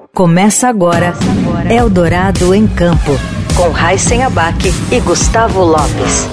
Começa agora Eldorado em Campo, com Raíssen Abac e Gustavo Lopes.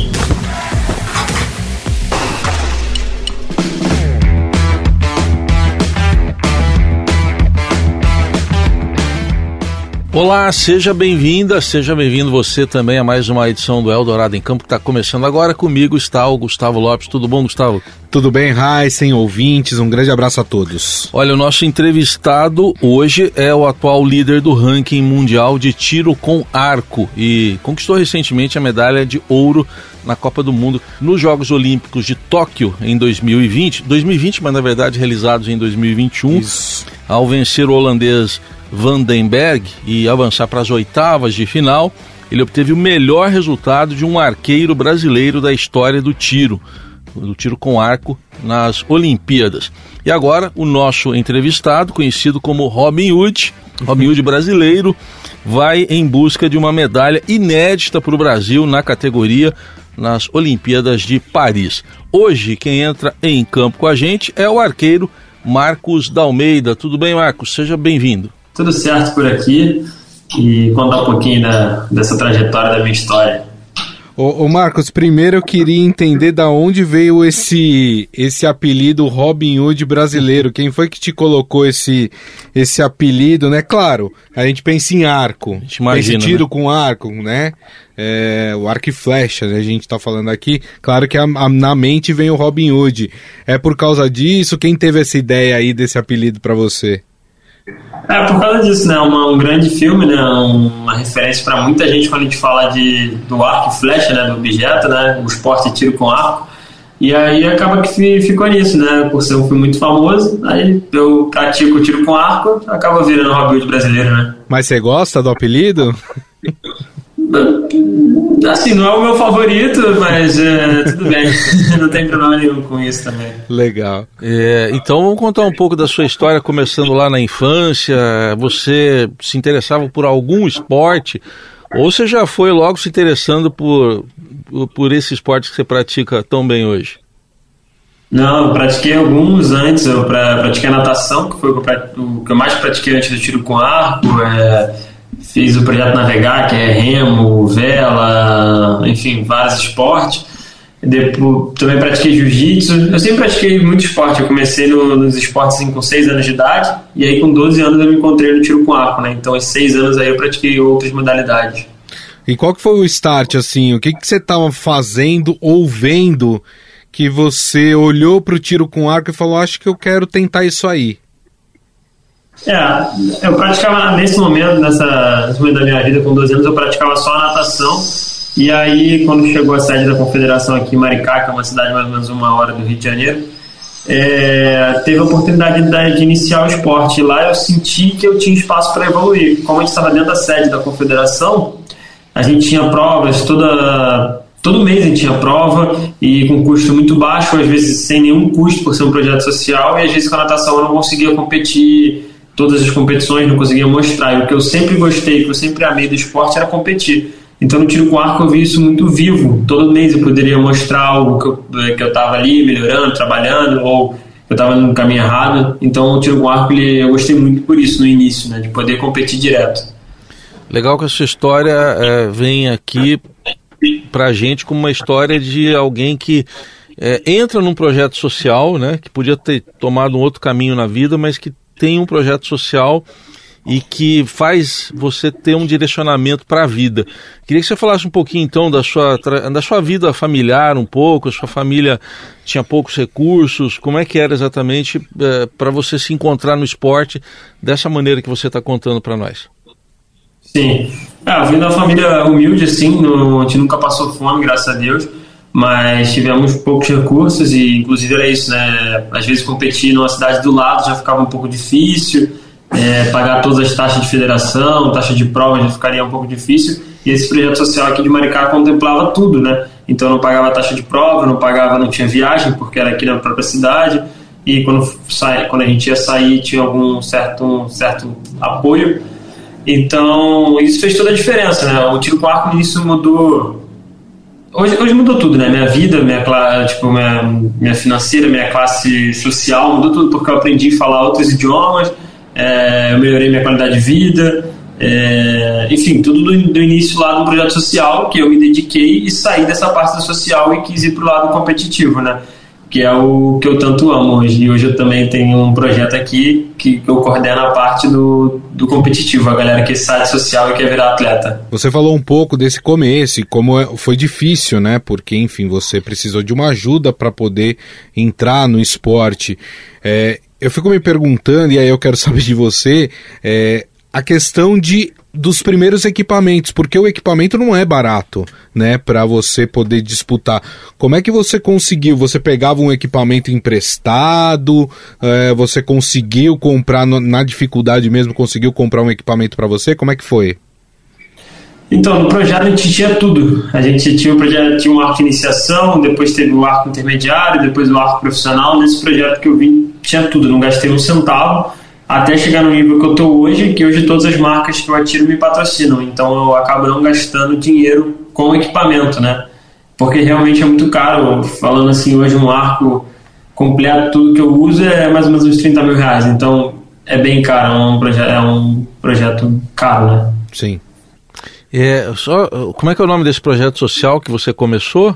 Olá, seja bem-vinda, seja bem-vindo você também a mais uma edição do Eldorado em Campo que está começando agora. Comigo está o Gustavo Lopes. Tudo bom, Gustavo? Tudo bem, Raíssen, ouvintes, um grande abraço a todos. Olha, o nosso entrevistado hoje é o atual líder do ranking mundial de tiro com arco e conquistou recentemente a medalha de ouro na Copa do Mundo nos Jogos Olímpicos de Tóquio em 2020, mas na verdade realizados em 2021, Isso. Ao vencer o holandês Van den Berg e avançar para as oitavas de final, ele obteve o melhor resultado de um arqueiro brasileiro da história do tiro com arco nas Olimpíadas. E agora o nosso entrevistado, conhecido como Robin Hood brasileiro, vai em busca de uma medalha inédita para o Brasil na categoria nas Olimpíadas de Paris. Hoje quem entra em campo com a gente é o arqueiro Marcos D'Almeida. Tudo bem, Marcos? Seja bem-vindo. Tudo certo por aqui e contar um pouquinho dessa trajetória da minha história. Ô Marcos, primeiro eu queria entender da onde veio esse apelido Robin Hood brasileiro. Quem foi que te colocou esse apelido, né? Claro, a gente pensa em arco, a gente imagina, pensa em tiro, né? Com arco, né? O arco e flecha, né? A gente tá falando aqui. Claro que na mente vem o Robin Hood. É por causa disso? Quem teve essa ideia aí desse apelido pra você? É por causa disso, né? Um grande filme, né? Uma referência para muita gente quando a gente fala do arco e flecha, né? Do objeto, né? O esporte de tiro com arco. E aí acaba que ficou nisso, né? Por ser um filme muito famoso, aí eu pratico o tiro com arco, acaba virando o Robin Hood brasileiro, né? Mas você gosta do apelido? Assim, não é o meu favorito, mas tudo bem, não tem problema nenhum com isso também. Legal. Então vamos contar um pouco da sua história, começando lá na infância. Você se interessava por algum esporte ou você já foi logo se interessando por esse esporte que você pratica tão bem hoje? Não, eu pratiquei alguns antes. Eu pratiquei natação, que foi o que eu mais pratiquei antes do tiro com arco. Fiz o projeto Navegar, que é remo, vela, enfim, vários esportes. Depois, também pratiquei jiu-jitsu. Eu sempre pratiquei muito esporte. Eu comecei nos esportes assim, com 6 anos de idade, e aí com 12 anos eu me encontrei no tiro com arco, né? Então, esses 6 anos aí eu pratiquei outras modalidades. E qual que foi o start, assim? O que você estava fazendo ou vendo que você olhou para o tiro com arco e falou, acho que eu quero tentar isso aí? Eu praticava nesse momento da minha vida, com 12 anos, eu praticava só a natação. E aí, quando chegou a sede da confederação aqui em Maricá, que é uma cidade mais ou menos 1 hora do Rio de Janeiro, teve a oportunidade de iniciar o esporte. E lá eu senti que eu tinha espaço para evoluir. Como a gente estava dentro da sede da confederação, a gente tinha provas, todo mês a gente tinha prova, e com custo muito baixo, às vezes sem nenhum custo por ser um projeto social, e às vezes com a natação eu não conseguia competir todas as competições, não conseguia mostrar. E o que eu sempre gostei, que eu sempre amei do esporte era competir. Então no tiro com arco eu vi isso muito vivo. Todo mês eu poderia mostrar algo que eu estava ali melhorando, trabalhando, ou que eu estava no caminho errado. Então o tiro com arco eu gostei muito por isso no início, né, de poder competir direto. Legal que essa história vem aqui pra gente como uma história de alguém que entra num projeto social, né, que podia ter tomado um outro caminho na vida, mas que tem um projeto social e que faz você ter um direcionamento para a vida. Queria que você falasse um pouquinho então da sua vida familiar um pouco. A sua família tinha poucos recursos, como é que era exatamente para você se encontrar no esporte dessa maneira que você está contando para nós? Sim, eu vim de uma família humilde, assim, a gente nunca passou fome, graças a Deus, mas tivemos poucos recursos e inclusive era isso, né? Às vezes competir numa cidade do lado já ficava um pouco difícil, pagar todas as taxas de federação, taxa de prova já ficaria um pouco difícil, e esse projeto social aqui de Maricá contemplava tudo, né? Então não pagava taxa de prova, não tinha viagem porque era aqui na própria cidade, e quando a gente ia sair tinha um certo apoio. Então isso fez toda a diferença, né? O tiro com arco nisso mudou. Hoje mudou tudo, né? Minha vida, minha financeira, minha classe social, mudou tudo porque eu aprendi a falar outros idiomas, eu melhorei minha qualidade de vida, enfim, tudo do início lá do projeto social, que eu me dediquei e saí dessa parte do social e quis ir para o lado competitivo, né? Que é o que eu tanto amo hoje. E hoje eu também tenho um projeto aqui que eu coordeno a parte do competitivo, a galera que sai do social e quer virar atleta. Você falou um pouco desse começo e como foi difícil, né? Porque, enfim, você precisou de uma ajuda para poder entrar no esporte. Eu fico me perguntando, e aí eu quero saber de você, a questão dos primeiros equipamentos, porque o equipamento não é barato, né, para você poder disputar. Como é que você conseguiu? Você pegava um equipamento emprestado? Você conseguiu comprar, na dificuldade mesmo, conseguiu comprar um equipamento para você? Como é que foi? Então, no projeto a gente tinha tudo. A gente tinha um arco de iniciação, depois teve o arco intermediário, depois o arco profissional. Nesse projeto que eu vim, tinha tudo, não gastei um centavo, até chegar no nível que eu estou hoje, que hoje todas as marcas que eu atiro me patrocinam, então eu acabo não gastando dinheiro com o equipamento, né? Porque realmente é muito caro. Falando assim, hoje um arco completo, tudo que eu uso é mais ou menos uns 30 mil reais, então é bem caro, é um projeto caro, né? Sim. Como é que é o nome desse projeto social que você começou?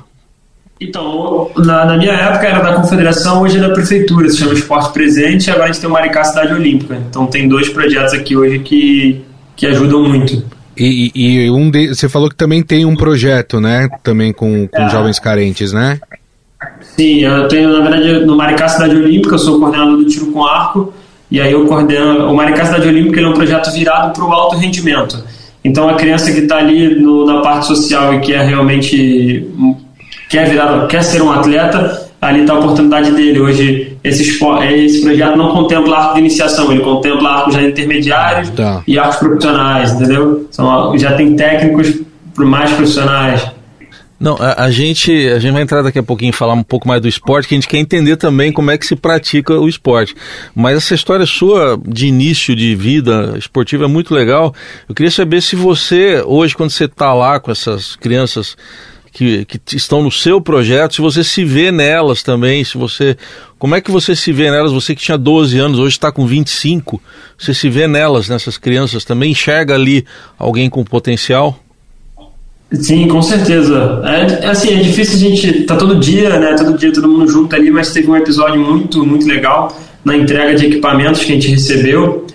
Então, na minha época era da Confederação, hoje é da Prefeitura, se chama Esporte Presente, e agora a gente tem o Maricá Cidade Olímpica. Então tem 2 projetos aqui hoje que ajudam muito. E você falou que também tem um projeto, né? Também com jovens carentes, né? Sim, eu tenho, na verdade, no Maricá Cidade Olímpica, eu sou coordenador do tiro com arco, e aí eu coordeno. O Maricá Cidade Olímpica ele é um projeto virado para o alto rendimento. Então a criança que está ali na parte social e que é realmente... quer ser um atleta, ali está a oportunidade dele. Hoje esse projeto não contempla arco de iniciação, ele contempla arcos já intermediários e arcos profissionais, entendeu? Já tem técnicos mais profissionais. Não, a gente vai entrar daqui a pouquinho e falar um pouco mais do esporte, que a gente quer entender também como é que se pratica o esporte. Mas essa história sua de início de vida esportiva é muito legal. Eu queria saber se você, hoje, quando você está lá com essas crianças que estão no seu projeto, se você se vê nelas também, como é que você se vê nelas? Você que tinha 12 anos, hoje está com 25, você se vê nelas, nessas crianças também? Enxerga ali alguém com potencial? Sim, com certeza. É difícil, a gente tá todo dia, né? Todo dia todo mundo junto ali, mas teve um episódio muito, muito legal na entrega de equipamentos que a gente recebeu.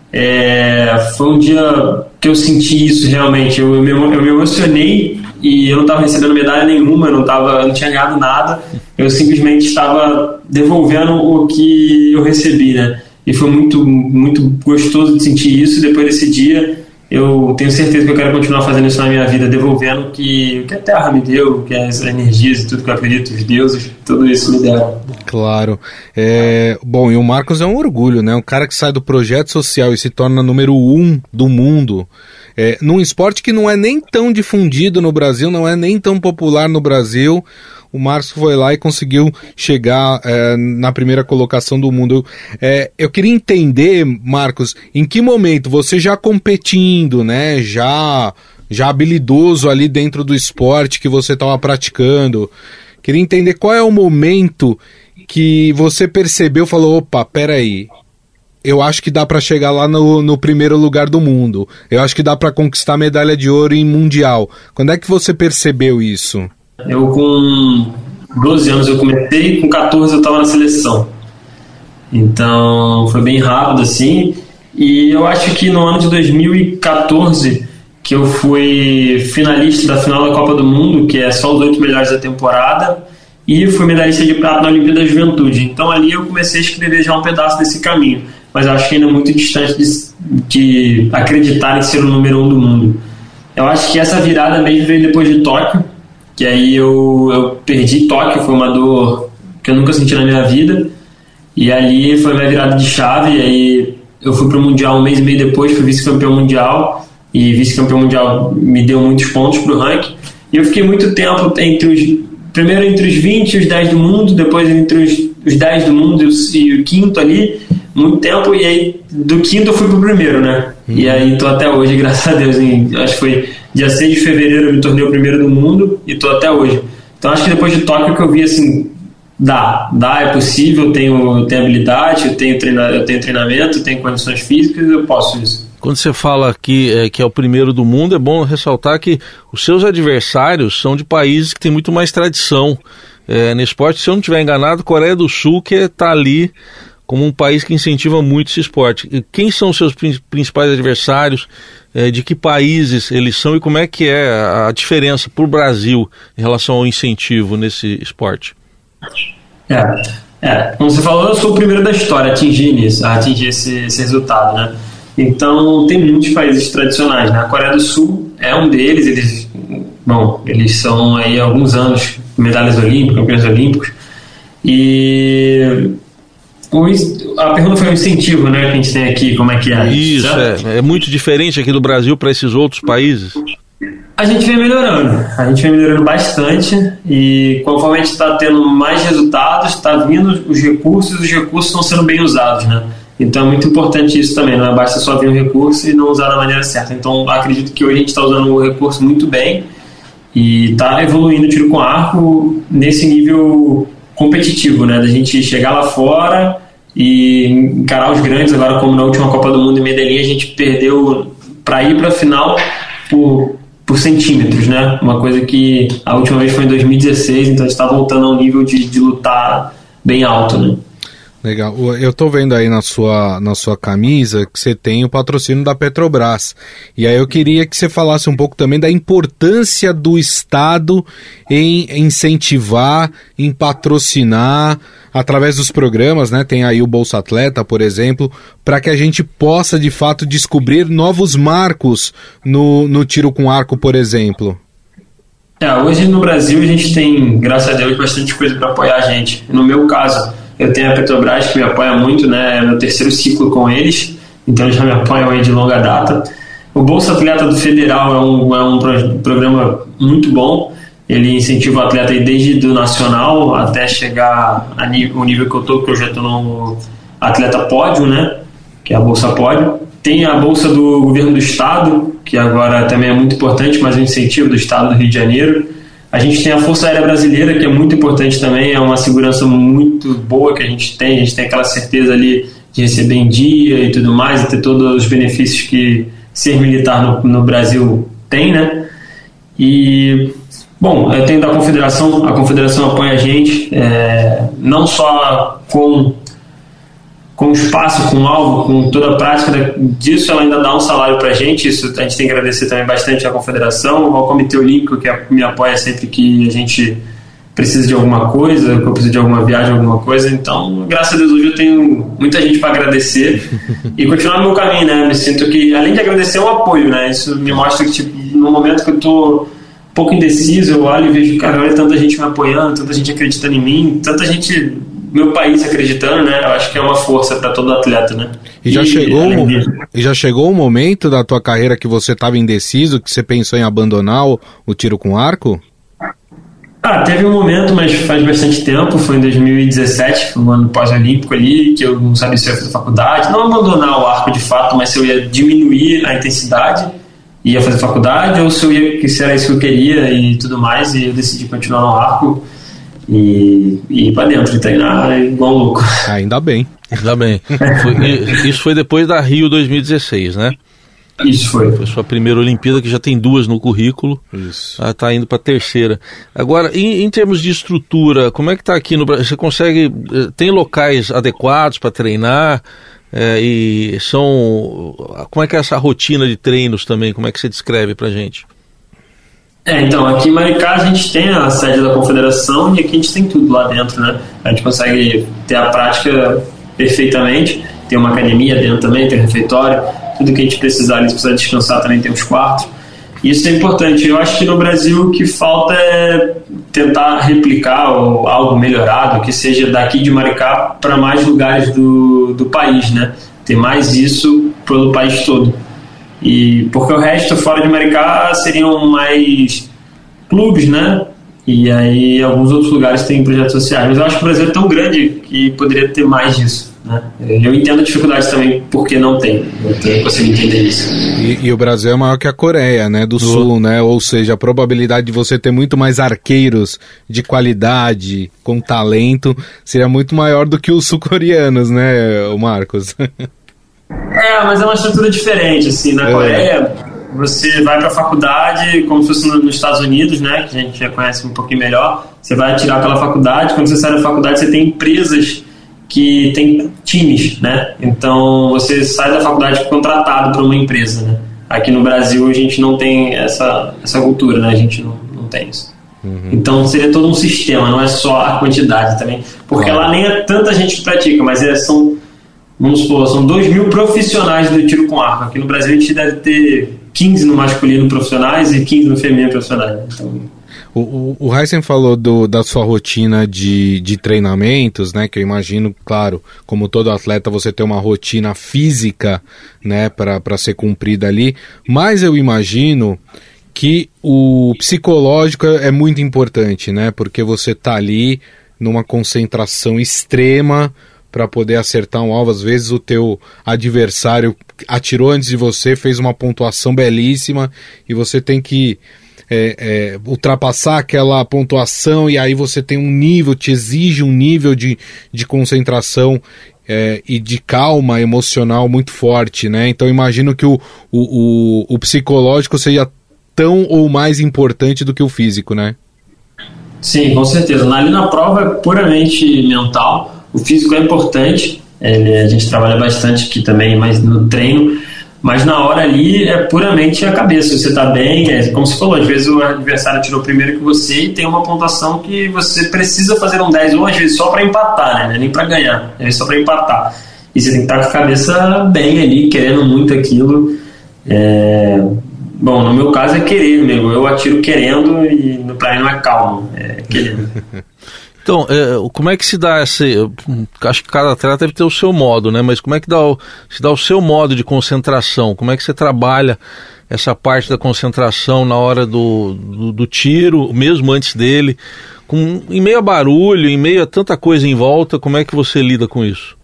Foi um dia que eu senti isso realmente. Eu me emocionei e eu não estava recebendo medalha nenhuma, eu não tinha ganhado nada. Eu simplesmente estava devolvendo o que eu recebi, né? E foi muito, muito gostoso de sentir isso. Depois desse dia, eu tenho certeza que eu quero continuar fazendo isso na minha vida, devolvendo o que a Terra me deu, que as energias e tudo que eu acredito, os deuses, tudo isso me deram. Claro. Bom, e o Marcos é um orgulho, né? Um cara que sai do projeto social e se torna número 1 do mundo, num esporte que não é nem tão difundido no Brasil, não é nem tão popular no Brasil. O Marcos foi lá e conseguiu chegar na primeira colocação do mundo. Eu queria entender, Marcos, em que momento você já competindo, né, já habilidoso ali dentro do esporte que você estava praticando, queria entender qual é o momento que você percebeu, falou, opa, peraí, eu acho que dá para chegar lá no primeiro lugar do mundo, eu acho que dá para conquistar medalha de ouro em mundial. Quando é que você percebeu isso? Eu com 12 anos eu comecei, com 14 eu estava na seleção. Então foi bem rápido assim. E eu acho que no ano de 2014, que eu fui finalista da final da Copa do Mundo, que é só os 8 melhores da temporada, e fui medalhista de prata na Olimpíada da Juventude. Então ali eu comecei a escrever já um pedaço desse caminho, mas eu acho que ainda é muito distante de acreditar em ser o número 1 do mundo. Eu acho que essa virada mesmo veio depois de Tóquio, que aí eu perdi Tóquio, foi uma dor que eu nunca senti na minha vida, e ali foi minha virada de chave. E aí eu fui para o Mundial um mês e meio depois, fui vice-campeão mundial, e vice-campeão mundial me deu muitos pontos para o ranking, e eu fiquei muito tempo primeiro entre os 20 e os 10 do mundo, depois entre os 10 do mundo e o quinto ali, muito tempo, e aí do quinto eu fui pro primeiro, né? E aí tô até hoje, graças a Deus, acho que foi dia 6 de fevereiro eu me tornei o primeiro do mundo e tô até hoje. Então acho que depois de Tóquio que eu vi assim, Dá, é possível, eu tenho habilidade, eu tenho treinamento, eu tenho condições físicas, eu posso isso. Quando você fala que é o primeiro do mundo, é bom ressaltar que os seus adversários são de países que têm muito mais tradição nesse esporte. Se eu não estiver enganado, Coreia do Sul, que está ali como um país que incentiva muito esse esporte. E quem são os seus principais adversários? De que países eles são e como é que é a diferença para o Brasil em relação ao incentivo nesse esporte? Como você falou, eu sou o primeiro da história a atingir esse resultado, né? Então, tem muitos países tradicionais, né? A Coreia do Sul é um deles, eles são aí há alguns anos medalhas olímpicas, campeões olímpicos, e a pergunta foi o incentivo, né, que a gente tem aqui, como é que é? Isso, é muito diferente aqui do Brasil para esses outros países? A gente vem melhorando bastante, e conforme a gente está tendo mais resultados, está vindo os recursos estão sendo bem usados, né? Então é muito importante isso também, não basta só vir um recurso e não usar da maneira certa. Então acredito que hoje a gente está usando o recurso muito bem e está evoluindo o tiro com arco nesse nível competitivo, né? Da gente chegar lá fora e encarar os grandes. Agora, como na última Copa do Mundo em Medellín, a gente perdeu para ir para a final por centímetros, né? Uma coisa que a última vez foi em 2016, então a gente está voltando ao nível de lutar bem alto, né? Legal. Eu tô vendo aí na sua camisa que você tem o patrocínio da Petrobras. E aí eu queria que você falasse um pouco também da importância do Estado em incentivar, em patrocinar, através dos programas, né? Tem aí o Bolsa Atleta, por exemplo, para que a gente possa, de fato, descobrir novos marcos no tiro com arco, por exemplo. Hoje no Brasil a gente tem, graças a Deus, bastante coisa para apoiar a gente. No meu caso, eu tenho a Petrobras, que me apoia muito, né? É meu terceiro ciclo com eles, então eles já me apoiam aí de longa data. O Bolsa Atleta do Federal é um programa muito bom. Ele incentiva o atleta aí desde do nacional até chegar o nível que eu estou, que eu já estou no atleta pódio, né? Que é a Bolsa Pódio. Tem a Bolsa do Governo do Estado, que agora também é muito importante, mas é um incentivo do Estado do Rio de Janeiro. A gente tem a Força Aérea Brasileira, que é muito importante também, é uma segurança muito boa que a gente tem aquela certeza ali de receber em dia e tudo mais, e ter todos os benefícios que ser militar no Brasil tem, né? E, eu tenho da Confederação, a Confederação apoia a gente, não só com espaço, com alvo, com toda a prática disso, ela ainda dá um salário pra gente, isso a gente tem que agradecer também bastante à Confederação, ao Comitê Olímpico, que me apoia sempre que a gente precisa de alguma coisa, que eu preciso de alguma viagem, alguma coisa. Então, graças a Deus, hoje eu tenho muita gente para agradecer e continuar no meu caminho, né? Me sinto que, além de agradecer, é um apoio, né? Isso me mostra que, no momento que eu tô um pouco indeciso, eu olho e vejo, cara, olha tanta gente me apoiando, tanta gente acreditando em mim, tanta gente, meu país acreditando, né? Eu acho que é uma força para todo atleta, né? E já chegou o momento da tua carreira que você estava indeciso, que você pensou em abandonar o tiro com arco? Teve um momento, mas faz bastante tempo, foi em 2017, foi um ano pós-olímpico ali, que eu não sabia se eu ia fazer faculdade, não abandonar o arco de fato, mas se eu ia diminuir a intensidade, ia fazer faculdade, ou se era isso que eu queria e tudo mais, e eu decidi continuar no arco e ir pra dentro e treinar igual um louco. Ainda bem. Isso foi depois da Rio 2016, né? Isso foi. Foi sua primeira Olimpíada, que já tem 2 no currículo. Isso. Tá indo para a terceira. Agora, em termos de estrutura, como é que está aqui no Brasil? Você consegue... Tem locais adequados para treinar? Como é que é essa rotina de treinos também? Como é que você descreve para a gente? Então, aqui em Maricá a gente tem a sede da Confederação e aqui a gente tem tudo lá dentro, né? A gente consegue ter a prática perfeitamente. Tem uma academia dentro também, tem um refeitório. Tudo que a gente precisar ali, se precisar descansar, também tem os quartos. Isso é importante. Eu acho que no Brasil o que falta é tentar replicar algo melhorado, que seja daqui de Maricá para mais lugares do país, né? Ter mais isso pelo país todo. E porque o resto, fora de Maricá, seriam mais clubes, né? E aí alguns outros lugares têm projetos sociais. Mas eu acho que o Brasil é tão grande que poderia ter mais disso. né? Eu entendo a dificuldade também porque não tem. Eu consigo entender isso. E o Brasil é maior que a Coreia, né, do Sul, né? Ou seja, a probabilidade de você ter muito mais arqueiros de qualidade, com talento, seria muito maior do que os sul-coreanos, né, o Marcos? Mas é uma estrutura diferente, assim, na Coreia você vai para a faculdade como se fosse nos Estados Unidos, né, que a gente já conhece um pouquinho melhor, você vai atirar pela faculdade, quando você sai da faculdade você tem empresas que tem times, né, então você sai da faculdade contratado por uma empresa, né. Aqui no Brasil a gente não tem essa cultura, né, a gente não tem isso. Então seria todo um sistema, não é só a quantidade também, porque lá nem é tanta gente que pratica, mas vamos supor, são 2.000 profissionais do tiro com arco. Aqui no Brasil a gente deve ter 15 no masculino profissionais e 15 no feminino profissionais. Então... O Heisen falou da sua rotina de treinamentos, né? Que eu imagino, claro, como todo atleta, você tem uma rotina física, né? Para ser cumprida ali. Mas eu imagino que o psicológico é muito importante, né? Porque você tá ali numa concentração extrema para poder acertar um alvo. Às vezes o teu adversário atirou antes de você, fez uma pontuação belíssima e você tem que ultrapassar aquela pontuação, e aí você tem um nível, te exige um nível de concentração e de calma emocional muito forte, né? Então imagino que o psicológico seja tão ou mais importante do que o físico, né? Sim, com certeza. Ali na prova é puramente mental. O físico é importante, a gente trabalha bastante aqui também, mas no treino, mas na hora ali é puramente a cabeça. Você está bem, como você falou, às vezes o adversário tirou primeiro que você e tem uma pontuação que você precisa fazer um 10, ou às vezes só para empatar, né? Nem para ganhar, às vezes só para empatar. E você tem que estar com a cabeça bem ali, querendo muito aquilo. Bom, no meu caso é querer mesmo, eu atiro querendo e para mim não é calmo, é querendo. Então, como é que se dá acho que cada atleta deve ter o seu modo, né? Mas como é que se dá o seu modo de concentração? Como é que você trabalha essa parte da concentração na hora do tiro, mesmo antes dele? Em meio a barulho, em meio a tanta coisa em volta, como é que você lida com isso?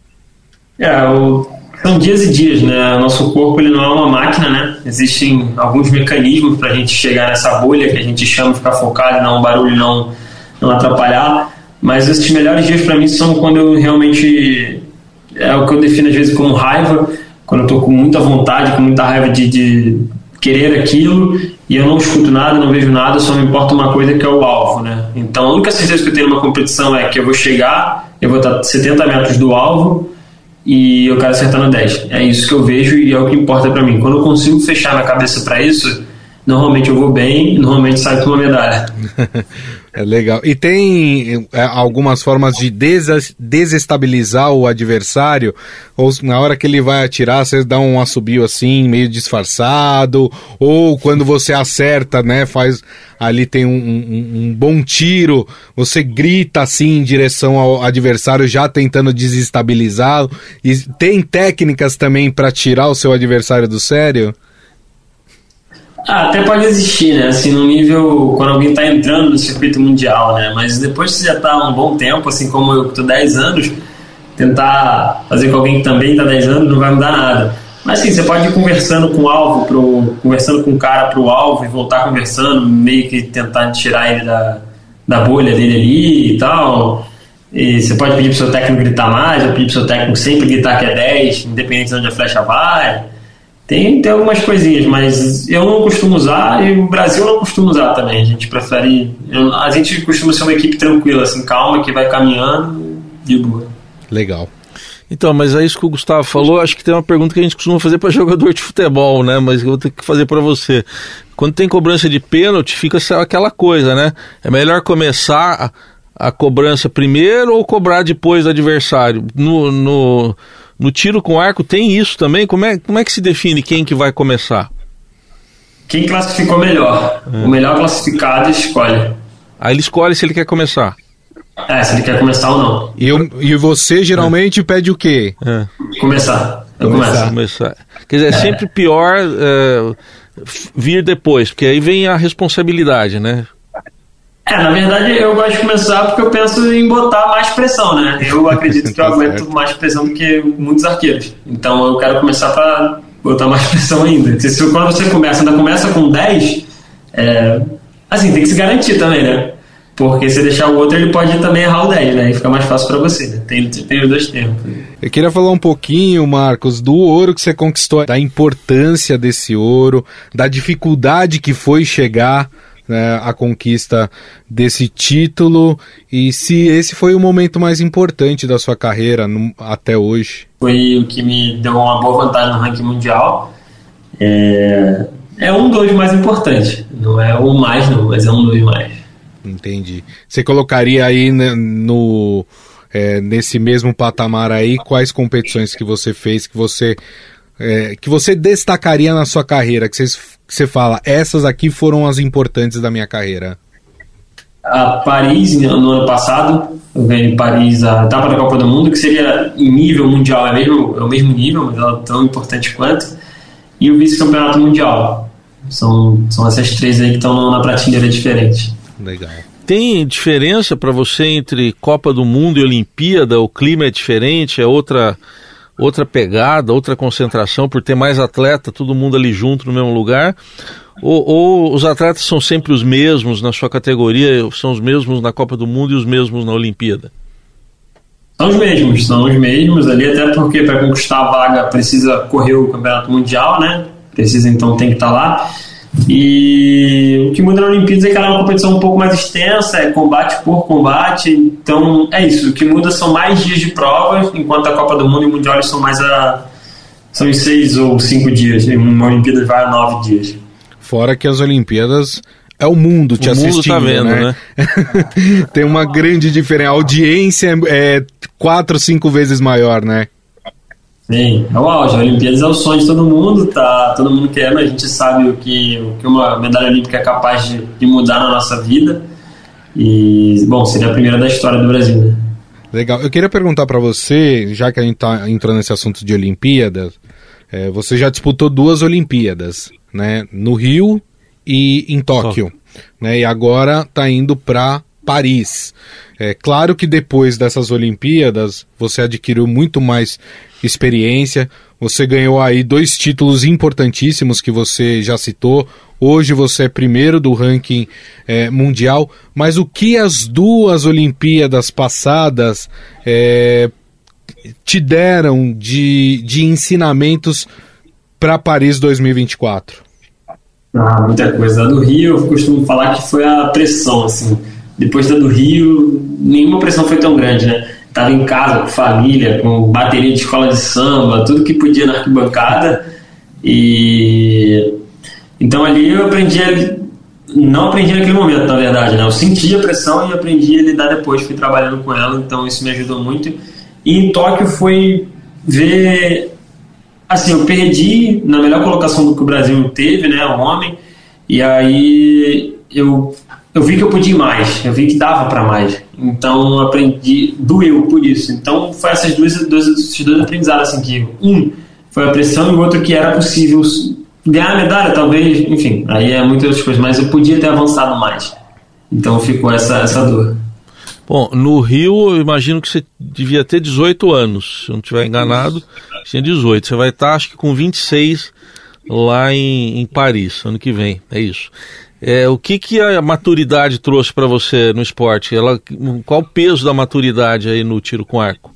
São dias e dias, né? O nosso corpo ele não é uma máquina, né? Existem alguns mecanismos para a gente chegar nessa bolha que a gente chama de ficar focado, não o barulho não atrapalhar, mas esses melhores dias para mim são quando eu realmente, é o que eu defino às vezes como raiva, quando eu estou com muita vontade, com muita raiva de querer aquilo e eu não escuto nada, não vejo nada, só me importa uma coisa que é o alvo, né? Então a única certeza que eu tenho numa competição é que eu vou chegar, eu vou estar 70 metros do alvo e eu quero acertar no 10. É isso que eu vejo e é o que importa para mim. Quando eu consigo fechar minha cabeça para isso, normalmente eu vou bem e normalmente saio com uma medalha. É legal. E tem algumas formas de desestabilizar o adversário, ou na hora que ele vai atirar, você dá um assobio assim, meio disfarçado, ou quando você acerta, né, ali tem um bom tiro, você grita assim em direção ao adversário, já tentando desestabilizá-lo. E tem técnicas também para tirar o seu adversário do sério? Até pode existir, né? Assim, no nível, quando alguém está entrando no circuito mundial, né? Mas depois que você já está há um bom tempo, assim como eu que estou 10 anos, tentar fazer com alguém que também está 10 anos não vai mudar nada. Mas sim, você pode ir conversando com o alvo, conversando com o cara pro alvo e voltar conversando, meio que tentar tirar ele da bolha dele ali e tal. E você pode pedir pro seu técnico gritar mais, ou pedir pro seu técnico sempre gritar que é 10, independente de onde a flecha vai. Tem algumas coisinhas, mas eu não costumo usar e o Brasil não costuma usar também. A gente prefere... A gente costuma ser uma equipe tranquila, assim, calma, que vai caminhando de boa. Legal. Então, mas é isso que o Gustavo falou. Acho que tem uma pergunta que a gente costuma fazer para jogador de futebol, né? Mas eu vou ter que fazer para você. Quando tem cobrança de pênalti, fica aquela coisa, né? É melhor começar a cobrança primeiro ou cobrar depois do adversário? No tiro com arco tem isso também? Como é que se define quem que vai começar? Quem classificou melhor. O melhor classificado escolhe. Aí ele escolhe se ele quer começar. Se ele quer começar ou não. E você geralmente pede o quê? Começar. Começar. Quer dizer, é sempre pior vir depois, porque aí vem a responsabilidade, né? Na verdade eu gosto de começar porque eu penso em botar mais pressão, né? Eu acredito que eu aguento mais pressão do que muitos arqueiros. Então eu quero começar para botar mais pressão ainda. Quando você ainda começa com 10, assim, tem que se garantir também, né? Porque se deixar o outro, ele pode também errar o 10, né? E fica mais fácil para você, né? Tem os dois tempos. Eu queria falar um pouquinho, Marcos, do ouro que você conquistou, da importância desse ouro, da dificuldade que foi chegar, né, à conquista desse título, e se esse foi o momento mais importante da sua carreira até hoje. Foi o que me deu uma boa vantagem no ranking mundial. É um dos mais importantes. Não é o mais, não, mas é um dos mais. Entendi. Você colocaria aí nesse mesmo patamar aí, quais competições que você fez, que você destacaria na sua carreira, que você fala, essas aqui foram as importantes da minha carreira? A Paris, no ano passado, eu ganhei em Paris a etapa da Copa do Mundo, que seria em nível mundial, é o mesmo nível, mas ela é tão importante quanto, e o vice-campeonato mundial. São essas três aí que estão na prateleira diferente. Legal. Tem diferença para você entre Copa do Mundo e Olimpíada? O clima é diferente, é outra pegada, outra concentração, por ter mais atleta, todo mundo ali junto no mesmo lugar? Ou os atletas são sempre os mesmos na sua categoria, são os mesmos na Copa do Mundo e os mesmos na Olimpíada? São os mesmos ali, até porque para conquistar a vaga precisa correr o Campeonato Mundial, né? Então tem que estar lá. E o que muda na Olimpíada é que ela é uma competição um pouco mais extensa, é combate por combate, então é isso, o que muda são mais dias de prova, enquanto a Copa do Mundo e o Mundial são em 6 ou 5 dias, uma Olimpíada vai a 9 dias. Fora que as Olimpíadas é o mundo te assistindo, tá vendo, né? Tem uma grande diferença, a audiência é 4, 5 vezes maior, né? Sim, é o auge. A Olimpíadas é o sonho de todo mundo, tá? Todo mundo quer, mas a gente sabe o que uma medalha olímpica é capaz de mudar na nossa vida. E, bom, seria a primeira da história do Brasil, né? Legal. Eu queria perguntar para você, já que a gente tá entrando nesse assunto de Olimpíadas, você já disputou 2 Olimpíadas, né? No Rio e em Tóquio, né? E agora tá indo para Paris. É claro que depois dessas Olimpíadas você adquiriu muito mais experiência, você ganhou aí 2 títulos importantíssimos que você já citou, hoje você é primeiro do ranking mundial, mas o que as 2 Olimpíadas passadas te deram de ensinamentos para Paris 2024? Muita coisa. A do Rio eu costumo falar que foi a pressão, assim. Depois da do Rio, nenhuma pressão foi tão grande, né? Estava em casa, com família, com bateria de escola de samba, tudo que podia na arquibancada. E então ali eu não aprendi naquele momento, na verdade, né? Eu senti a pressão e aprendi a lidar depois, fui trabalhando com ela, então isso me ajudou muito. E em Tóquio foi ver... Assim, eu perdi na melhor colocação do que o Brasil teve, né? O homem. E aí eu vi que eu podia ir mais, eu vi que dava para mais, então aprendi, doeu por isso. Então foi esses dois aprendizados, assim, que foi a pressão e o outro que era possível ganhar a medalha, talvez, enfim, aí é muitas outras coisas, mas eu podia ter avançado mais, então ficou essa dor. Bom, no Rio eu imagino que você devia ter 18 anos, se eu não estiver enganado, tinha 18, você vai estar acho que com 26 lá em Paris, ano que vem, é isso. O que a maturidade trouxe para você no esporte? Qual o peso da maturidade aí no tiro com arco?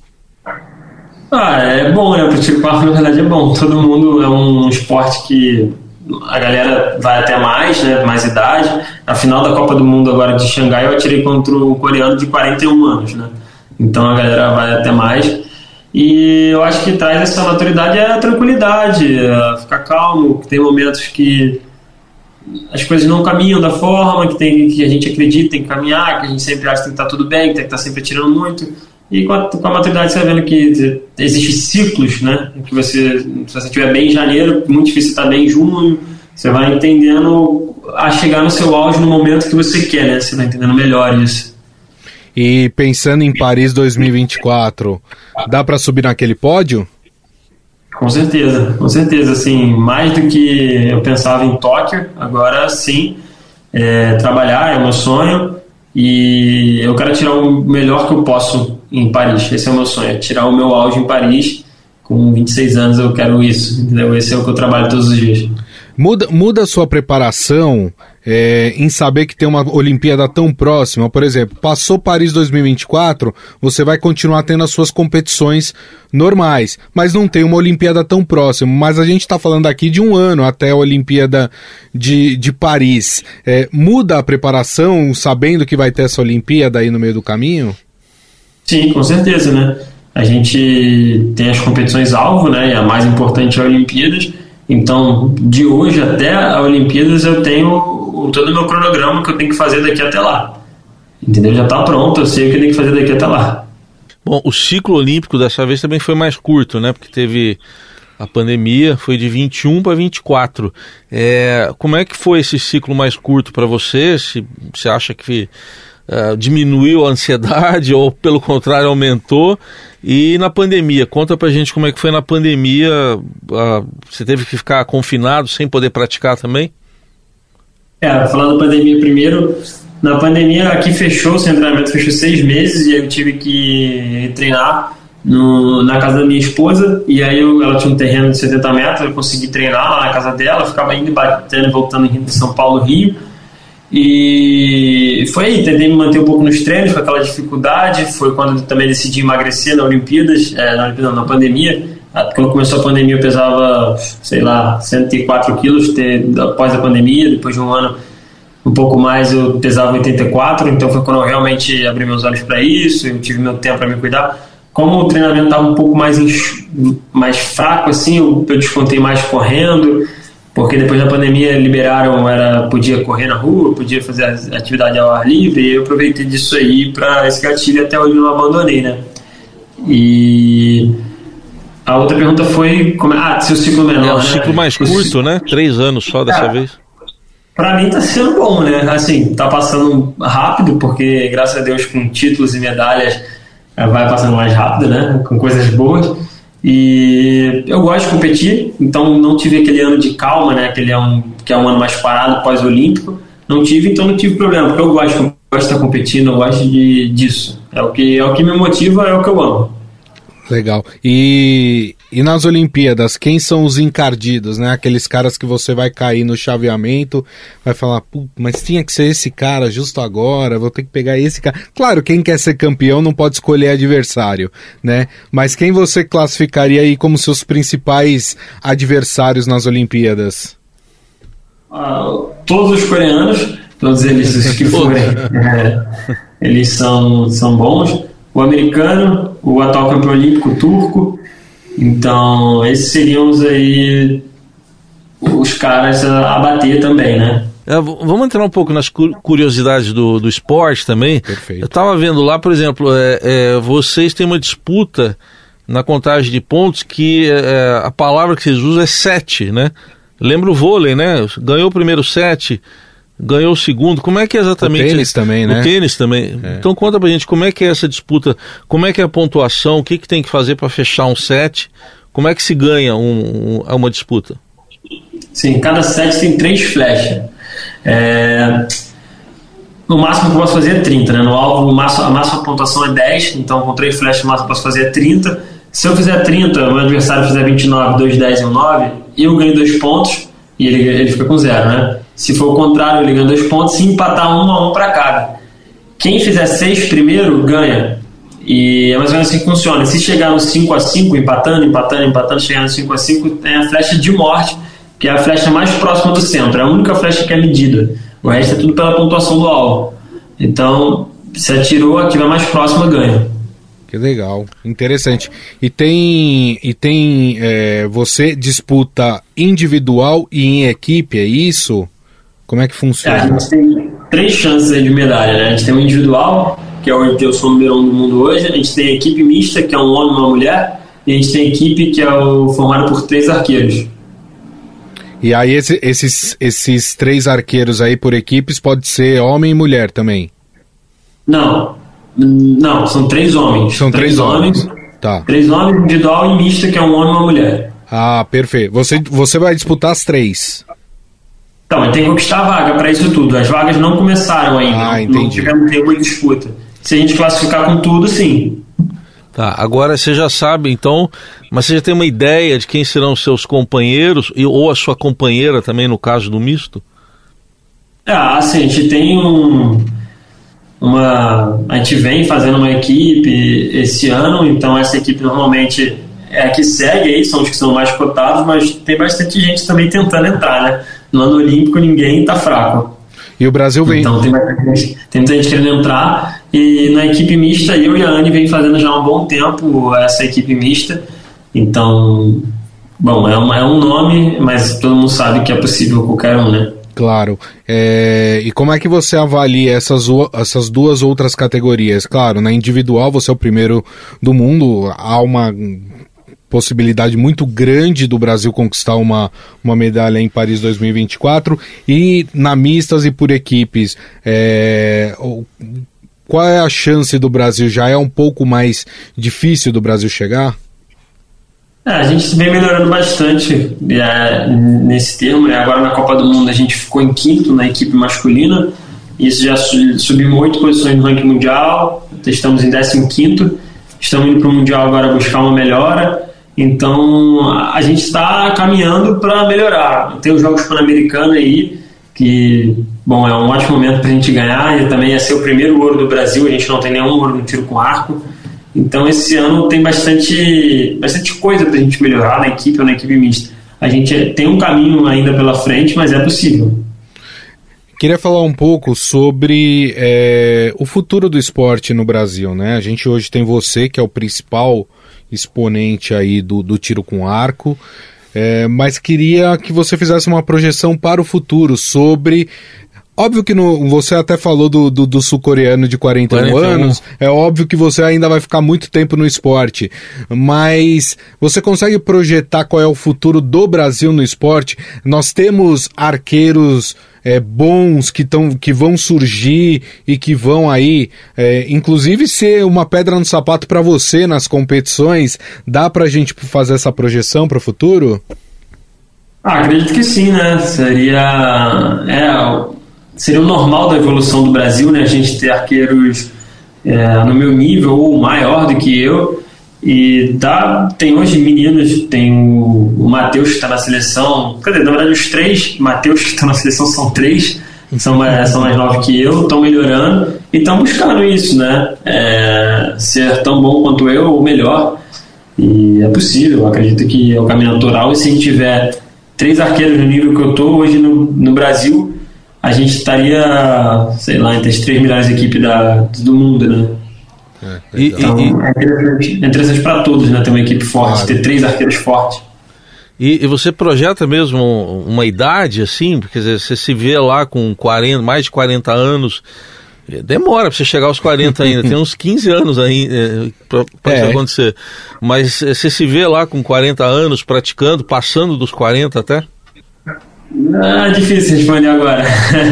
É bom, né? O tiro com arco na verdade é bom. Todo mundo é um esporte que a galera vai até mais, né? Mais idade. Na final da Copa do Mundo agora de Xangai eu atirei contra um coreano de 41 anos, né? Então a galera vai até mais. E eu acho que traz essa maturidade a tranquilidade, ficar calmo, que tem momentos que as coisas não caminham da forma que a gente acredita tem que caminhar, que a gente sempre acha que tem que estar tudo bem, que tem que estar sempre atirando muito. E com a maturidade você vai vendo que existem ciclos, né? Que se você estiver bem em janeiro, muito difícil estar bem em junho, você vai entendendo a chegar no seu auge no momento que você quer, né? Você vai entendendo melhor isso. E pensando em Paris 2024, dá para subir naquele pódio? Com certeza, assim, mais do que eu pensava em Tóquio, agora sim, trabalhar é meu sonho, e eu quero tirar o melhor que eu posso em Paris. Esse é o meu sonho, é tirar o meu auge em Paris. Com 26 anos eu quero isso, entendeu? Esse é o que eu trabalho todos os dias. Muda a sua preparação em saber que tem uma Olimpíada tão próxima? Por exemplo, passou Paris 2024, você vai continuar tendo as suas competições normais, mas não tem uma Olimpíada tão próxima. Mas a gente está falando aqui de um ano até a Olimpíada de Paris. Muda a preparação sabendo que vai ter essa Olimpíada aí no meio do caminho? Sim, com certeza, né? A gente tem as competições-alvo, né? E a mais importante é a Olimpíadas. Então, de hoje até a Olimpíadas eu tenho todo o meu cronograma que eu tenho que fazer daqui até lá. Entendeu? Já está pronto, eu sei o que eu tenho que fazer daqui até lá. Bom, o ciclo olímpico dessa vez também foi mais curto, né? Porque teve a pandemia, foi de 21 para 24. Como é que foi esse ciclo mais curto para você? Se você acha que diminuiu a ansiedade ou, pelo contrário, aumentou? E na pandemia, conta pra gente como é que foi na pandemia. Você teve que ficar confinado sem poder praticar também? Falando da pandemia primeiro, na pandemia aqui fechou, o centro de treinamento fechou 6 meses e eu tive que treinar na casa da minha esposa, e aí ela tinha um terreno de 70 metros, eu consegui treinar lá na casa dela, ficava indo e batendo e voltando em São Paulo, Rio. E foi aí, tentei me manter um pouco nos treinos com aquela dificuldade. Foi quando eu também decidi emagrecer na Olimpíadas, na pandemia. Quando começou a pandemia eu pesava, 104 quilos após a pandemia. Depois de um ano, um pouco mais, eu pesava 84. Então foi quando eu realmente abri meus olhos para isso, eu tive meu tempo para me cuidar. Como o treinamento estava um pouco mais fraco, assim, eu descontei mais correndo, porque depois da pandemia liberaram, podia correr na rua, podia fazer atividade ao ar livre, e eu aproveitei disso aí para esse gatilho, e até hoje eu não abandonei, né? E a outra pergunta foi se o ciclo menor, o ciclo mais curto, né? 3 anos só dessa vez. Para mim tá sendo bom, né? Assim, tá passando rápido, porque graças a Deus com títulos e medalhas vai passando mais rápido, né? Com coisas boas. E eu gosto de competir, então não tive aquele ano de calma, né? Que é um ano mais parado, pós-olímpico. Não tive problema, porque eu gosto de estar competindo, eu gosto disso. É o que me motiva, é o que eu amo. Legal. E nas Olimpíadas, quem são os encardidos, né? Aqueles caras que você vai cair no chaveamento, vai falar, mas tinha que ser esse cara justo agora, vou ter que pegar esse cara. Claro, quem quer ser campeão não pode escolher adversário, né? Mas quem você classificaria aí como seus principais adversários nas Olimpíadas? Todos os coreanos, todos eles os que forem, eles são bons. O americano, o atual campeão olímpico, o turco. Então, esses seriam os caras a bater também, né? Vamos entrar um pouco nas curiosidades do esporte também. Perfeito. Eu estava vendo lá, por exemplo, vocês têm uma disputa na contagem de pontos que a palavra que vocês usam é set, né? Lembra o vôlei, né? Ganhou o primeiro set, ganhou o segundo. Como é que é exatamente? O tênis também, né? O tênis também. Então conta pra gente como é que é essa disputa, como é que é a pontuação, o que tem que fazer para fechar um set, como é que se ganha uma disputa? Sim, cada set tem 3 flechas. O máximo que eu posso fazer é 30, né? No alvo, a máxima pontuação é 10, então com 3 flechas o máximo que eu posso fazer é 30. Se eu fizer 30, o meu adversário fizer 29, 2, 10 e 1, 9, eu ganho 2 pontos e ele fica com 0, né? Se for o contrário, ele ganha 2 pontos. Se empatar 1-1 para cada. Quem fizer 6 primeiro, ganha. E é mais ou menos assim que funciona. Se chegar no 5-5, empatando, chegar no 5-5, tem a flecha de morte, que é a flecha mais próxima do centro. É a única flecha que é medida. O resto é tudo pela pontuação do alvo. Então, se atirou, a que vai mais próxima ganha. Que legal, interessante. E você disputa individual e em equipe, é isso? Como é que funciona? A gente tem 3 chances aí de medalha, né? A gente tem o individual, que é o que eu sou o número 1 do mundo hoje. A gente tem a equipe mista, que é um homem e uma mulher. E a gente tem a equipe que é formada por 3 arqueiros. E aí esses 3 arqueiros aí por equipes pode ser homem e mulher também? Não, são 3 homens. São 3 homens. Tá. 3 homens, individual e mista, que é um homem e uma mulher. Ah, perfeito. Você vai disputar as 3? Então, mas tem que conquistar a vaga para isso tudo. As vagas não começaram ainda, não tivemos nenhuma disputa. Se a gente classificar com tudo, sim. Tá, agora você já sabe, então, mas você já tem uma ideia de quem serão os seus companheiros, ou a sua companheira também, no caso do misto? Assim, a gente tem a gente vem fazendo uma equipe esse ano, então essa equipe normalmente é a que segue aí, são os que são mais cotados, mas tem bastante gente também tentando entrar, né? No ano olímpico ninguém tá fraco. E o Brasil vem... Então tem muita gente querendo entrar, e na equipe mista eu e a Anne vem fazendo já há um bom tempo essa equipe mista, então, bom, é um nome, mas todo mundo sabe que é possível qualquer um, né? Claro. E como é que você avalia essas duas outras categorias? Claro, na individual você é o primeiro do mundo, há uma possibilidade muito grande do Brasil conquistar uma medalha em Paris 2024, e na mistas e por equipes, qual é a chance do Brasil? Já é um pouco mais difícil do Brasil chegar? A gente vem melhorando bastante nesse termo, né? Agora na Copa do Mundo a gente ficou em quinto na equipe masculina, isso já subimos 8 posições no ranking mundial, estamos em 15º, estamos indo para o Mundial agora buscar uma melhora, então a gente está caminhando para melhorar. Tem os Jogos Pan-Americanos aí, que, bom, é um ótimo momento para a gente ganhar, e também ia ser o primeiro ouro do Brasil, a gente não tem nenhum ouro no tiro com arco. Então esse ano tem bastante coisa para a gente melhorar na equipe ou na equipe mista. A gente tem um caminho ainda pela frente, mas é possível. Queria falar um pouco sobre o futuro do esporte no Brasil, né? A gente hoje tem você, que é o principal exponente aí do tiro com arco, mas queria que você fizesse uma projeção para o futuro sobre... Óbvio que você até falou do sul-coreano de 41 anos, é óbvio que você ainda vai ficar muito tempo no esporte, mas você consegue projetar qual é o futuro do Brasil no esporte? Nós temos arqueiros bons que vão surgir e que vão aí, inclusive ser uma pedra no sapato para você nas competições. Dá pra gente fazer essa projeção para o futuro? Acredito que sim, né? Seria o normal da evolução do Brasil, né? A gente ter arqueiros no meu nível ou maior do que eu. E tem hoje meninos, tem o Matheus que está na seleção. Quer dizer, na verdade, os 3 Matheus que estão na seleção são 3, são mais novos que eu, estão melhorando e estão buscando isso, né? Ser tão bom quanto eu ou melhor. E é possível, eu acredito que é o caminho natural. E se a gente tiver 3 arqueiros no nível que eu estou hoje no Brasil, a gente estaria, sei lá, entre as 3 melhores equipes do mundo, né? Então, é interessante para todos, né? Ter uma equipe forte, ter 3 arqueiros fortes. E você projeta mesmo uma idade, assim? Porque você se vê lá com mais de 40 anos, demora para você chegar aos 40 ainda, tem uns 15 anos ainda para isso acontecer. Mas você se vê lá com 40 anos praticando, passando dos 40 até? É difícil responder agora.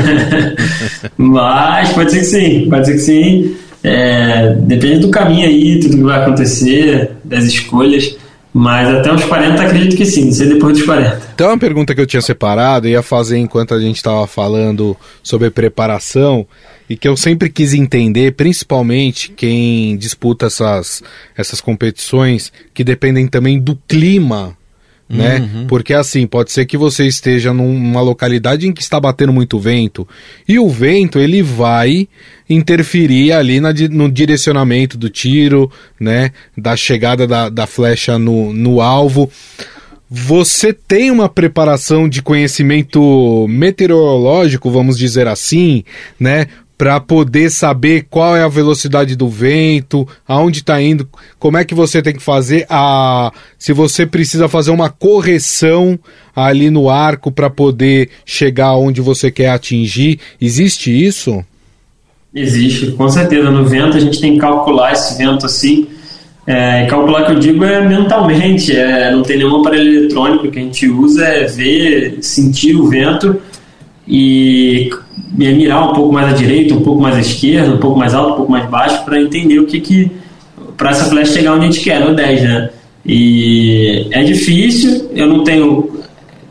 Mas pode ser que sim. Depende do caminho aí, tudo que vai acontecer, das escolhas. Mas até uns 40 acredito que sim, não sei depois dos 40. Então uma pergunta que eu tinha separado, ia fazer enquanto a gente estava falando sobre preparação, e que eu sempre quis entender, principalmente quem disputa essas competições, que dependem também do clima, né? Uhum. Porque assim, pode ser que você esteja numa localidade em que está batendo muito vento, e o vento ele vai interferir ali no direcionamento do tiro, né? Da chegada da flecha no alvo. Você tem uma preparação de conhecimento meteorológico, vamos dizer assim, né? Para poder saber qual é a velocidade do vento, aonde está indo, como é que você tem que fazer, se você precisa fazer uma correção ali no arco para poder chegar onde você quer atingir. Existe isso? Existe, com certeza. No vento a gente tem que calcular esse vento assim. Calcular que eu digo mentalmente, não tem nenhum aparelho eletrônico que a gente usa, ver, sentir o vento e mirar um pouco mais à direita, um pouco mais à esquerda, um pouco mais alto, um pouco mais baixo, para entender o que para essa flecha chegar onde a gente quer, no 10, né? E é difícil, eu não tenho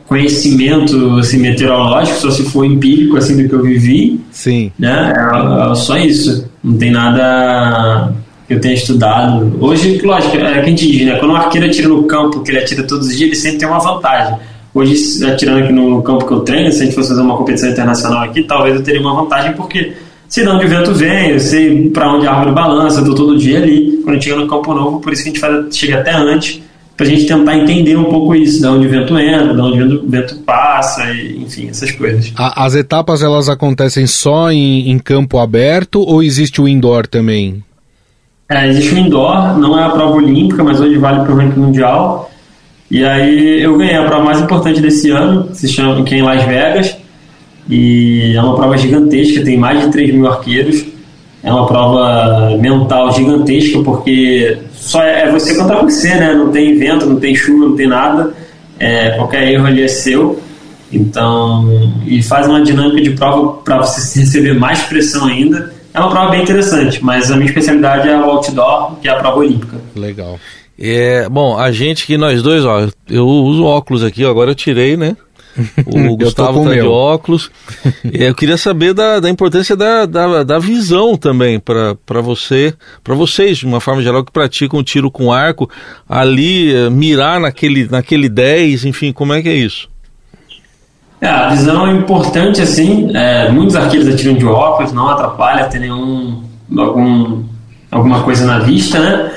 conhecimento assim, meteorológico, só se for empírico assim, do que eu vivi. Sim. Né? É só isso. Não tem nada que eu tenha estudado. Hoje, lógico, é que a gente diz, né? Quando um arqueiro atira no campo, que ele atira todos os dias, ele sempre tem uma vantagem. Hoje, atirando aqui no campo que eu treino, se a gente fosse fazer uma competição internacional aqui, talvez eu teria uma vantagem, porque sei de onde o vento vem, eu sei para onde a árvore balança, eu estou todo dia ali. Quando a gente chega no campo novo, por isso que a gente chega até antes, para a gente tentar entender um pouco isso, de onde o vento entra, de onde o vento passa, e, enfim, essas coisas. As etapas, elas acontecem só em campo aberto ou existe o indoor também? Existe o indoor, não é a prova olímpica, mas hoje vale para o ranking mundial. E aí eu ganhei a prova mais importante desse ano, se chama, que é em Las Vegas, e é uma prova gigantesca, tem mais de 3 mil arqueiros. É uma prova mental gigantesca, porque só é você contra você, né? Não tem vento, não tem chuva, não tem nada. Qualquer erro ali é seu. Então, e faz uma dinâmica de prova para você receber mais pressão ainda. É uma prova bem interessante, mas a minha especialidade é o outdoor, que é a prova olímpica. Legal. Bom, a gente que nós dois, ó, eu uso óculos aqui, agora eu tirei, né? O Gustavo tá de óculos. Eu queria saber da importância da visão também para vocês, de uma forma geral, que praticam tiro com arco, ali mirar naquele 10, enfim, como é que é isso? A visão é importante, assim, muitos arqueiros atiram de óculos, não atrapalha ter alguma coisa na vista, né?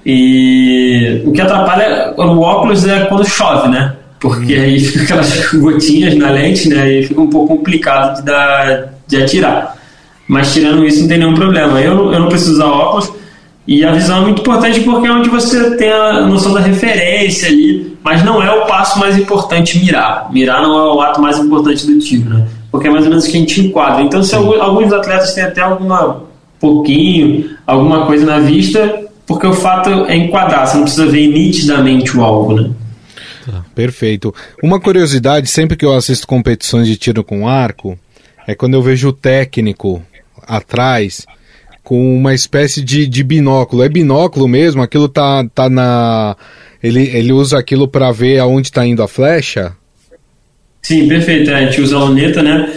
E o que atrapalha o óculos é quando chove, né? Porque aí fica aquelas gotinhas na lente, né? E fica um pouco complicado de atirar. Mas tirando isso, não tem nenhum problema. Eu não preciso usar óculos. E a visão é muito importante porque é onde você tem a noção da referência ali. Mas não é o passo mais importante mirar. Mirar não é o ato mais importante do tiro, né? Porque é mais ou menos que a gente enquadra. Então, se alguns atletas têm até alguma coisa na vista, porque o fato é enquadrar. Você não precisa ver nitidamente o alvo, né? Perfeito. Uma curiosidade, sempre que eu assisto competições de tiro com arco, é quando eu vejo o técnico atrás com uma espécie de binóculo. É binóculo mesmo? Aquilo tá na... Ele usa aquilo para ver aonde está indo a flecha? Sim, perfeito. A gente usa a luneta, né?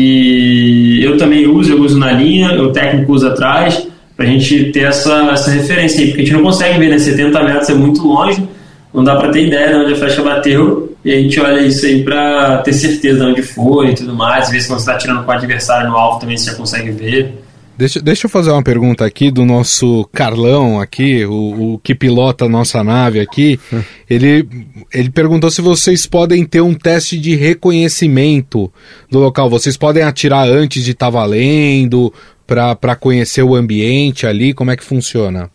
Que eu também eu uso na linha, o técnico usa atrás, pra gente ter essa referência aí, porque a gente não consegue ver, né? 70 metros é muito longe, não dá para ter ideia de onde a flecha bateu, e a gente olha isso aí para ter certeza de onde foi e tudo mais. Às vezes, quando você está tirando com o adversário no alvo, também você já consegue ver. Deixa eu fazer uma pergunta aqui do nosso Carlão aqui, o que pilota a nossa nave aqui. Ele perguntou se vocês podem ter um teste de reconhecimento do local. Vocês podem atirar antes de estar valendo, para conhecer o ambiente ali? Como é que funciona?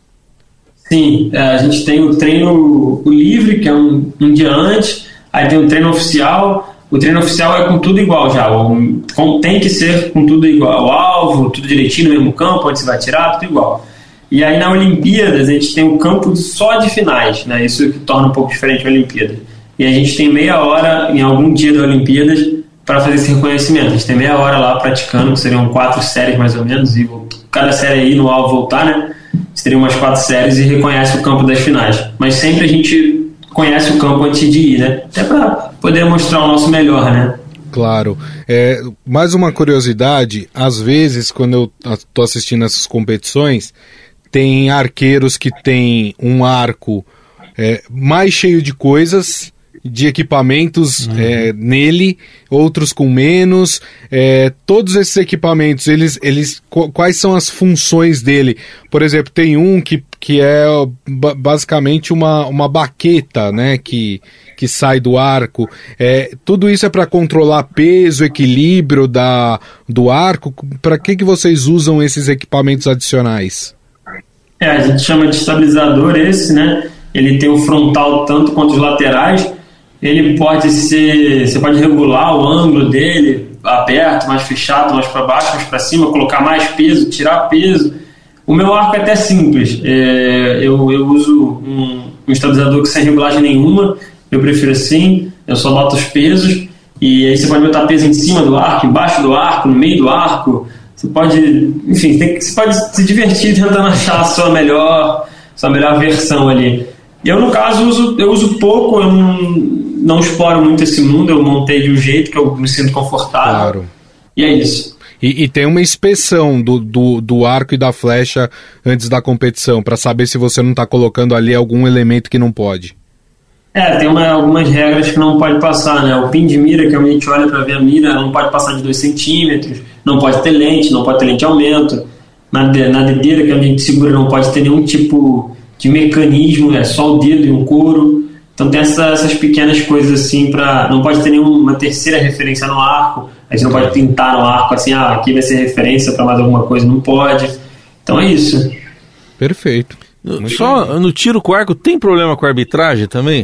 Sim, a gente tem o treino livre, que é um dia antes, aí tem o treino oficial. O treino oficial é com tudo igual já, tem que ser com tudo igual, o alvo, tudo direitinho no mesmo campo, onde você vai atirar, tudo igual. E aí na Olimpíadas a gente tem um campo só de finais, né? Isso que torna um pouco diferente a Olimpíada. E a gente tem meia hora em algum dia da Olimpíadas para fazer esse reconhecimento. A gente tem meia hora lá praticando, que seriam 4 séries mais ou menos, e cada série aí no alvo voltar, né? Você teria umas 4 séries e reconhece o campo das finais. Mas sempre a gente conhece o campo antes de ir, né? Até para poder mostrar o nosso melhor, né? Claro. Mais uma curiosidade, às vezes, quando eu estou assistindo essas competições, tem arqueiros que tem um arco mais cheio de coisas, de equipamentos nele, outros com menos. Todos esses equipamentos, quais são as funções dele? Por exemplo, tem um que é basicamente uma baqueta, né, que sai do arco. Tudo isso é para controlar peso, equilíbrio do arco. Para que vocês usam esses equipamentos adicionais? A gente chama de estabilizador esse, né? Ele tem o frontal tanto quanto os laterais. Ele pode ser, você pode regular o ângulo dele, aberto, mais fechado, mais para baixo, mais para cima, colocar mais peso, tirar peso. O meu arco é até simples. Eu uso um estabilizador que sem regulagem nenhuma, eu prefiro assim, eu só boto os pesos, e aí você pode botar peso em cima do arco, embaixo do arco, no meio do arco. Você pode, enfim, você pode se divertir tentando achar a sua melhor versão ali. Eu, no caso, eu uso pouco, não exploro muito esse mundo, eu montei de um jeito que eu me sinto confortável. Claro. E é isso. E tem uma inspeção do arco e da flecha antes da competição, para saber se você não está colocando ali algum elemento que não pode. Tem algumas regras que não pode passar, né? O pin de mira, que a gente olha para ver a mira, não pode passar de 2 centímetros, não pode ter lente, não pode ter lente de aumento. Na dedeira, que a gente segura, não pode ter nenhum tipo de mecanismo, é só o dedo e um couro. Então tem essas pequenas coisas assim, não pode ter nenhuma terceira referência no arco, a gente não pode pintar no arco assim, aqui vai ser referência para mais alguma coisa, não pode. Então é isso. Perfeito. Só no tiro com arco tem problema com a arbitragem também?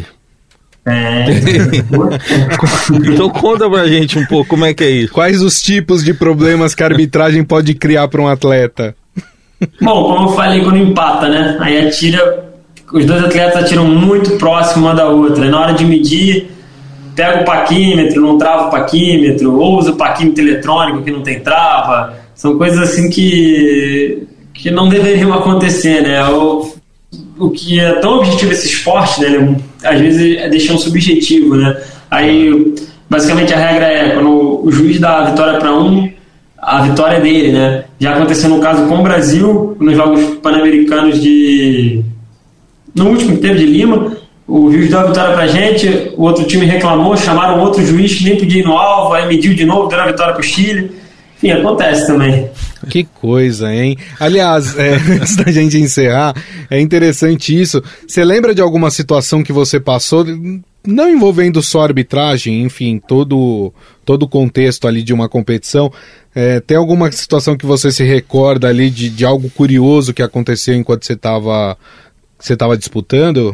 Então conta pra gente um pouco como é que é isso. Quais os tipos de problemas que a arbitragem pode criar para um atleta? Bom, como eu falei, quando empata, né? Aí os 2 atletas atiram muito próximo uma da outra. Na hora de medir, pega o paquímetro, não trava o paquímetro, ou usa o paquímetro eletrônico que não tem trava. São coisas assim que não deveriam acontecer, né? O que é tão objetivo esse esporte, né? Às vezes deixa um subjetivo, né? Aí, basicamente, a regra é quando o juiz dá a vitória para um, a vitória é dele, né? Já aconteceu no caso com o Brasil, nos Jogos Pan-Americanos no último que teve de Lima, o juiz deu a vitória pra gente, o outro time reclamou, chamaram outro juiz que nem podia ir no alvo, aí mediu de novo, deram a vitória pro Chile. Enfim, acontece também. Que coisa, hein? Aliás, antes da gente encerrar, é interessante isso. Você lembra de alguma situação que você passou, não envolvendo só arbitragem, enfim, todo o contexto ali de uma competição? Tem alguma situação que você se recorda ali de algo curioso que aconteceu enquanto você estava disputando?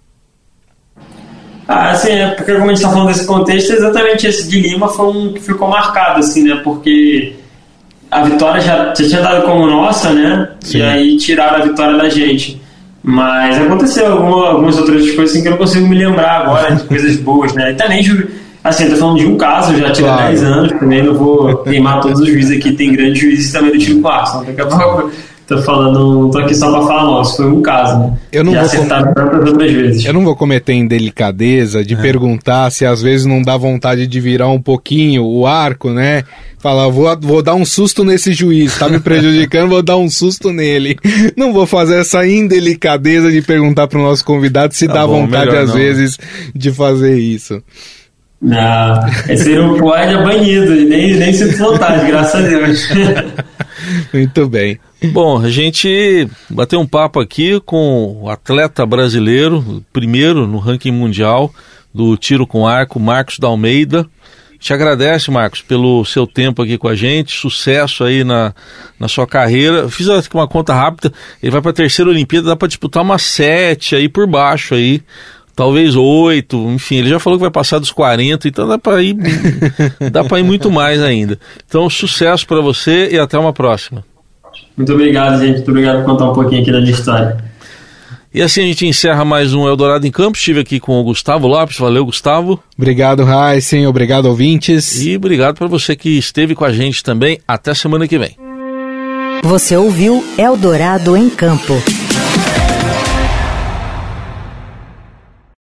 Assim, porque como a gente está falando desse contexto, exatamente esse de Lima foi um que ficou marcado, assim, né? Porque a vitória já tinha dado como nossa, né? Sim. E aí tiraram a vitória da gente. Mas aconteceu algumas outras coisas assim, que eu não consigo me lembrar agora, de coisas boas, né? E também, assim, eu tô falando de um caso, já tinha 10 anos, também não vou queimar todos os juízes aqui, tem grandes juízes também do tiro com arco, então daqui a pouco tô aqui só pra falar, nossa, foi um caso, né? Já acertaram tantas outras vezes. Eu não vou cometer indelicadeza de perguntar se às vezes não dá vontade de virar um pouquinho o arco, né? Falar, vou dar um susto nesse juiz, tá me prejudicando, vou dar um susto nele. Não vou fazer essa indelicadeza de perguntar pro nosso convidado se dá vontade às vezes de fazer isso. Não, esse não pode, é banido, e nem sinto vontade, graças a Deus. Muito bem. Bom, a gente bateu um papo aqui com o atleta brasileiro, primeiro no ranking mundial do tiro com arco, Marcos D'Almeida. Te agradece, Marcos, pelo seu tempo aqui com a gente, sucesso aí na sua carreira. Fiz uma conta rápida, ele vai para a 3ª Olimpíada, dá para disputar umas 7 aí por baixo aí, talvez 8, enfim, ele já falou que vai passar dos 40, então dá para ir muito mais ainda. Então, sucesso para você e até uma próxima. Muito obrigado, gente. Muito obrigado por contar um pouquinho aqui da minha história. E assim a gente encerra mais um Eldorado em Campo. Estive aqui com o Gustavo Lopes. Valeu, Gustavo. Obrigado, Heisen. Obrigado, ouvintes. E obrigado para você que esteve com a gente também. Até semana que vem. Você ouviu Eldorado em Campo.